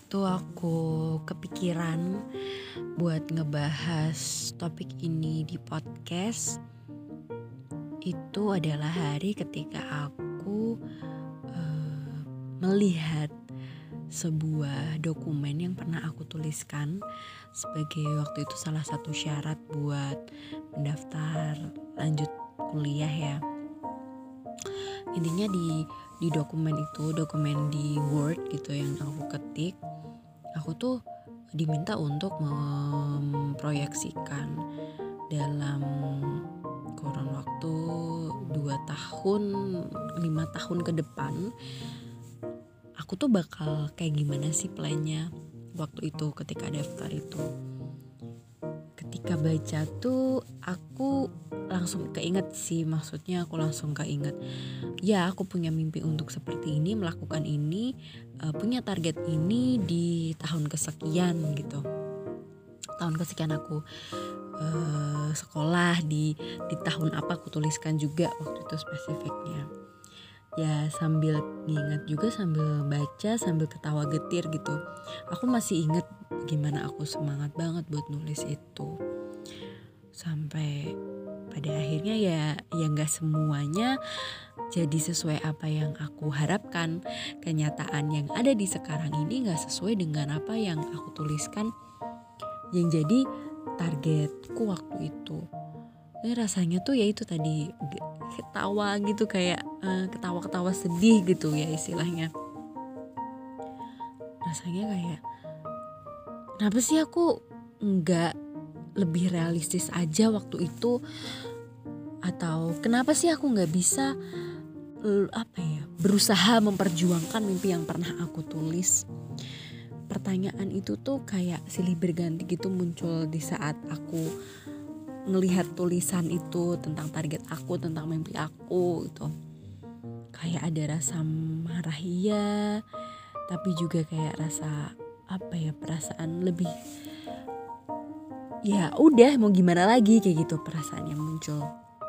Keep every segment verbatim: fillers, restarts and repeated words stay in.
itu aku kepikiran buat ngebahas topik ini di podcast. Itu adalah hari ketika aku uh, melihat sebuah dokumen yang pernah aku tuliskan sebagai waktu itu salah satu syarat buat mendaftar lanjut kuliah ya. Intinya di di dokumen itu, dokumen di Word gitu yang aku ketik, aku tuh diminta untuk memproyeksikan dalam kurun waktu dua tahun, lima tahun ke depan aku tuh bakal kayak gimana sih plannya waktu itu ketika daftar itu. Ketika baca tuh aku langsung keinget sih, maksudnya aku langsung keinget ya aku punya mimpi untuk seperti ini, melakukan ini, uh, punya target ini di tahun kesekian gitu. Tahun kesekian aku uh, sekolah di di tahun apa aku tuliskan juga waktu itu spesifiknya. Ya sambil nginget juga, sambil baca, sambil ketawa getir gitu. Aku masih inget gimana aku semangat banget buat nulis itu. Sampai pada akhirnya ya ya nggak semuanya jadi sesuai apa yang aku harapkan. Kenyataan yang ada di sekarang ini nggak sesuai dengan apa yang aku tuliskan yang jadi targetku waktu itu. Ini rasanya tuh ya itu tadi ketawa gitu, kayak uh, ketawa-ketawa sedih gitu ya istilahnya. Rasanya kayak kenapa sih aku nggak lebih realistis aja waktu itu, atau kenapa sih aku nggak bisa uh, apa ya berusaha memperjuangkan mimpi yang pernah aku tulis. Pertanyaan itu tuh kayak silih berganti gitu muncul di saat aku ngelihat tulisan itu tentang target aku, tentang mimpi aku gitu. Kayak ada rasa marah iya, tapi juga kayak rasa apa ya, perasaan lebih ya udah mau gimana lagi kayak gitu perasaan yang muncul.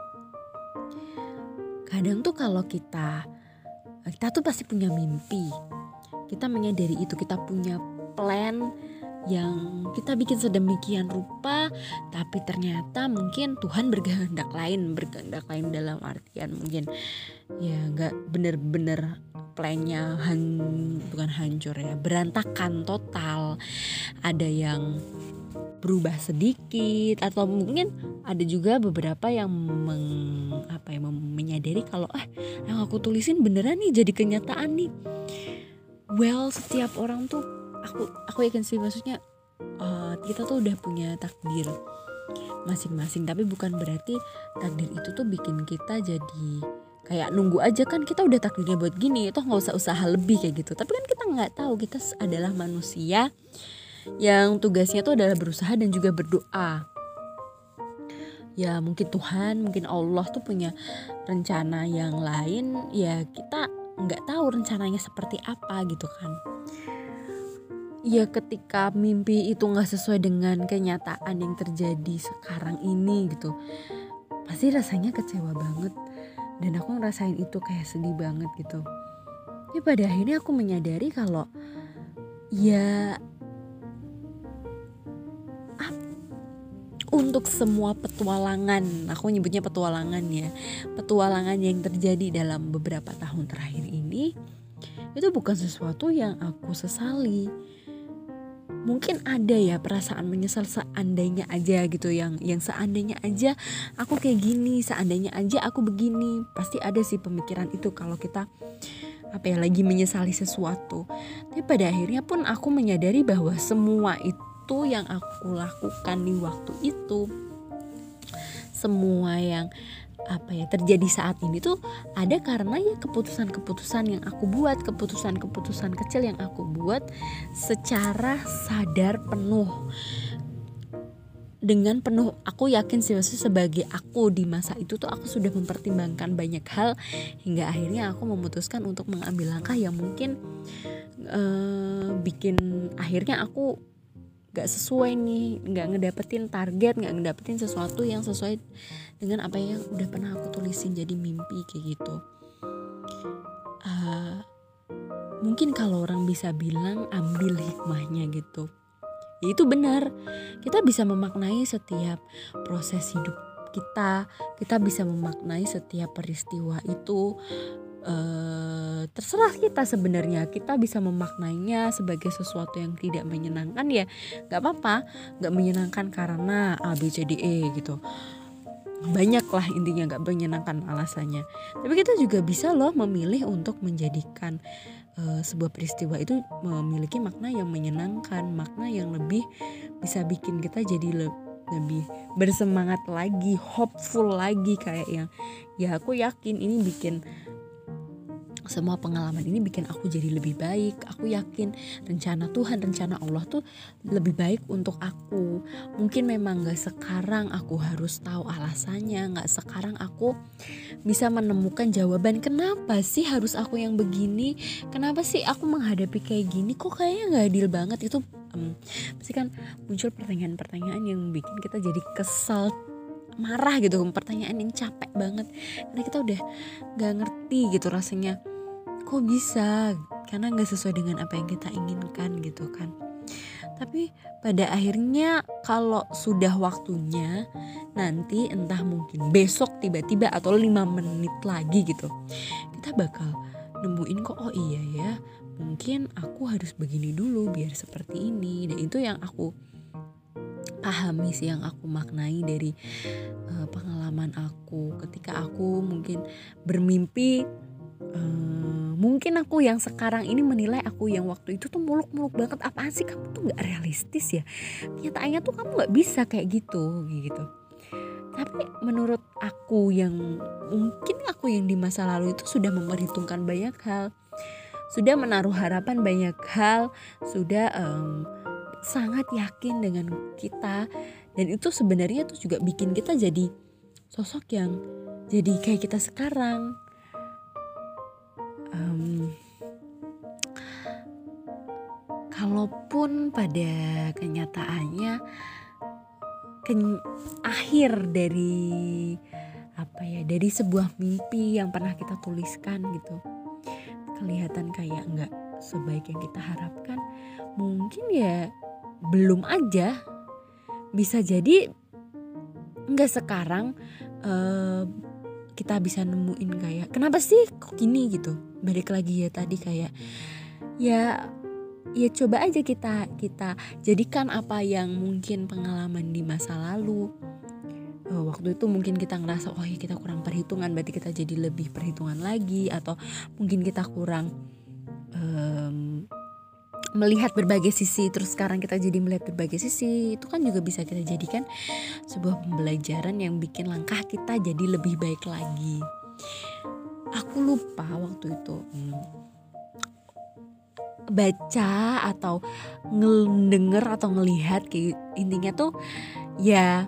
Kadang tuh kalau kita kita tuh pasti punya mimpi, kita menyadari itu, kita punya plan yang kita bikin sedemikian rupa, tapi ternyata mungkin Tuhan berkehendak lain, berkehendak lain dalam artian mungkin ya nggak bener-bener plannya han, bukan hancur ya, berantakan total. Ada yang berubah sedikit, atau mungkin ada juga beberapa yang meng, apa ya, menyadari kalau ah yang aku tulisin beneran nih jadi kenyataan nih. Well, setiap orang tuh aku aku yakin sih, maksudnya uh, kita tuh udah punya takdir masing-masing, tapi bukan berarti takdir itu tuh bikin kita jadi kayak nunggu aja kan kita udah takdirnya buat gini, toh nggak usah usaha lebih kayak gitu. Tapi kan kita nggak tahu, kita adalah manusia yang tugasnya tuh adalah berusaha dan juga berdoa. Ya mungkin Tuhan, mungkin Allah tuh punya rencana yang lain, ya kita nggak tahu rencananya seperti apa gitu kan. Ya ketika mimpi itu nggak sesuai dengan kenyataan yang terjadi sekarang ini gitu, pasti rasanya kecewa banget. Dan aku ngerasain itu kayak sedih banget gitu. Ya pada akhirnya aku menyadari kalau ya untuk semua petualangan, aku nyebutnya petualangan ya, petualangan yang terjadi dalam beberapa tahun terakhir ini, itu bukan sesuatu yang aku sesali. Mungkin ada ya perasaan menyesal seandainya aja gitu, yang yang seandainya aja aku kayak gini, seandainya aja aku begini. Pasti ada sih pemikiran itu kalau kita apa ya lagi menyesali sesuatu. Tapi pada akhirnya pun aku menyadari bahwa semua itu itu yang aku lakukan di waktu itu, semua yang apa ya terjadi saat ini tuh ada karena ya keputusan-keputusan yang aku buat, keputusan-keputusan kecil yang aku buat secara sadar penuh, dengan penuh. Aku yakin sih maksudnya sebagai aku di masa itu tuh aku sudah mempertimbangkan banyak hal hingga akhirnya aku memutuskan untuk mengambil langkah yang mungkin uh, bikin akhirnya aku gak sesuai nih, gak ngedapetin target, gak ngedapetin sesuatu yang sesuai dengan apa yang udah pernah aku tulisin jadi mimpi kayak gitu. uh, mungkin kalau orang bisa bilang ambil hikmahnya gitu. Ya itu benar, kita bisa memaknai setiap proses hidup kita, kita bisa memaknai setiap peristiwa itu. Uh, terserah kita sebenarnya, kita bisa memaknainya sebagai sesuatu yang tidak menyenangkan, ya nggak apa-apa, nggak menyenangkan karena A B C D E gitu. Banyak lah intinya nggak menyenangkan alasannya. Tapi kita juga bisa loh memilih untuk menjadikan uh, sebuah peristiwa itu memiliki makna yang menyenangkan, makna yang lebih bisa bikin kita jadi le- lebih bersemangat lagi, hopeful lagi, kayak yang ya aku yakin ini bikin semua pengalaman ini bikin aku jadi lebih baik. Aku yakin rencana Tuhan, rencana Allah tuh lebih baik untuk aku. Mungkin memang gak sekarang aku harus tahu alasannya, gak sekarang aku bisa menemukan jawaban kenapa sih harus aku yang begini, kenapa sih aku menghadapi kayak gini, kok kayaknya gak adil banget. Itu um, pasti kan muncul pertanyaan-pertanyaan yang bikin kita jadi kesal, marah gitu, pertanyaan yang capek banget karena kita udah gak ngerti gitu rasanya. Kok bisa? Karena gak sesuai dengan apa yang kita inginkan gitu kan. Tapi pada akhirnya kalau sudah waktunya, nanti entah mungkin besok tiba-tiba atau lima menit lagi gitu, kita bakal nemuin kok, oh iya ya, mungkin aku harus begini dulu biar seperti ini. Dan itu yang aku pahami sih, yang aku maknai dari uh, pengalaman aku ketika aku mungkin bermimpi. Uh, mungkin aku yang sekarang ini menilai aku yang waktu itu tuh muluk-muluk banget, apaan sih kamu tuh gak realistis ya, kenyataannya tuh kamu gak bisa kayak gitu gitu. Tapi menurut aku yang mungkin aku yang di masa lalu itu sudah memperhitungkan banyak hal, sudah menaruh harapan banyak hal, sudah um, sangat yakin dengan kita. Dan itu sebenarnya tuh juga bikin kita jadi sosok yang jadi kayak kita sekarang. Um, kalaupun pada kenyataannya ken- akhir dari apa ya dari sebuah mimpi yang pernah kita tuliskan gitu kelihatan kayak nggak sebaik yang kita harapkan, mungkin ya belum aja, bisa jadi nggak sekarang uh, kita bisa nemuin kayak kenapa sih kok gini gitu. Balik lagi ya tadi kayak ya ya coba aja kita kita jadikan apa yang mungkin pengalaman di masa lalu. Uh, waktu itu mungkin kita ngerasa oh ya kita kurang perhitungan, berarti kita jadi lebih perhitungan lagi, atau mungkin kita kurang um, melihat berbagai sisi, terus sekarang kita jadi melihat berbagai sisi. Itu kan juga bisa kita jadikan sebuah pembelajaran yang bikin langkah kita jadi lebih baik lagi. Aku lupa waktu itu hmm, baca atau ngedenger atau ngelihat kayak intinya tuh ya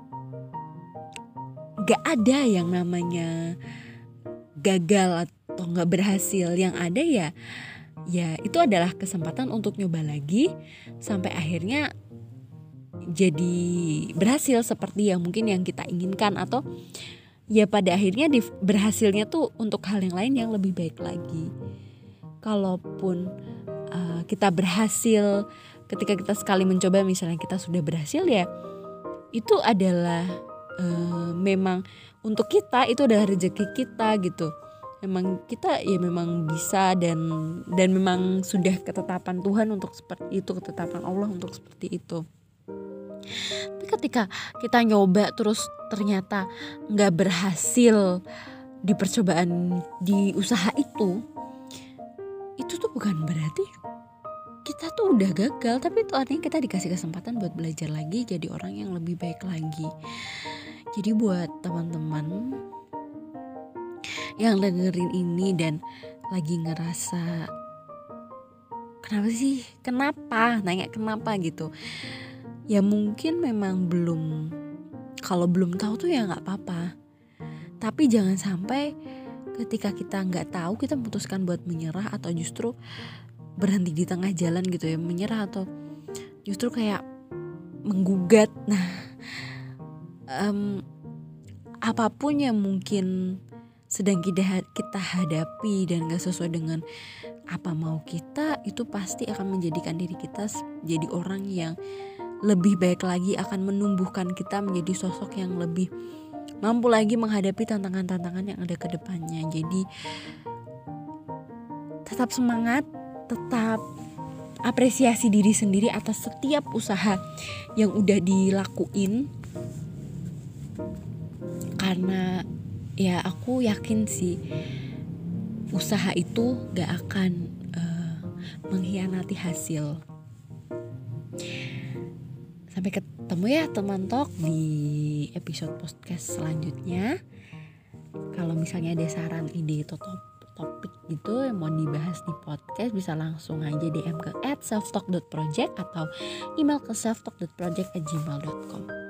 gak ada yang namanya gagal atau gak berhasil. Yang ada ya ya itu adalah kesempatan untuk nyoba lagi sampai akhirnya jadi berhasil seperti yang mungkin yang kita inginkan, atau ya pada akhirnya di, berhasilnya tuh untuk hal yang lain yang lebih baik lagi. Kalaupun uh, kita berhasil ketika kita sekali mencoba, misalnya kita sudah berhasil, ya itu adalah uh, memang untuk kita, itu adalah rezeki kita gitu. Memang kita ya memang bisa dan dan memang sudah ketetapan Tuhan untuk seperti itu, ketetapan Allah untuk seperti itu. Tapi ketika kita nyoba terus ternyata gak berhasil di percobaan, di usaha itu, itu tuh bukan berarti kita tuh udah gagal, tapi itu artinya kita dikasih kesempatan buat belajar lagi, jadi orang yang lebih baik lagi. Jadi buat teman-teman yang dengerin ini dan lagi ngerasa kenapa sih, kenapa, nanya kenapa gitu, ya mungkin memang belum, kalau belum tahu tuh ya gak apa-apa. Tapi jangan sampai ketika kita gak tahu kita memutuskan buat menyerah, atau justru berhenti di tengah jalan gitu ya, menyerah atau justru kayak menggugat. Nah um, apapun yang mungkin sedang kita, kita hadapi dan gak sesuai dengan apa mau kita itu pasti akan menjadikan diri kita jadi orang yang lebih baik lagi, akan menumbuhkan kita menjadi sosok yang lebih mampu lagi menghadapi tantangan-tantangan yang ada ke depannya. Jadi tetap semangat, tetap apresiasi diri sendiri atas setiap usaha yang udah dilakuin. Karena ya aku yakin sih usaha itu gak akan uh, mengkhianati hasil. Sampai ketemu ya teman talk di episode podcast selanjutnya. Kalau misalnya ada saran, ide, atau topik gitu yang mau dibahas di podcast, bisa langsung aja D M ke at selftalk dot project atau email ke selftalk dot project at gmail dot com.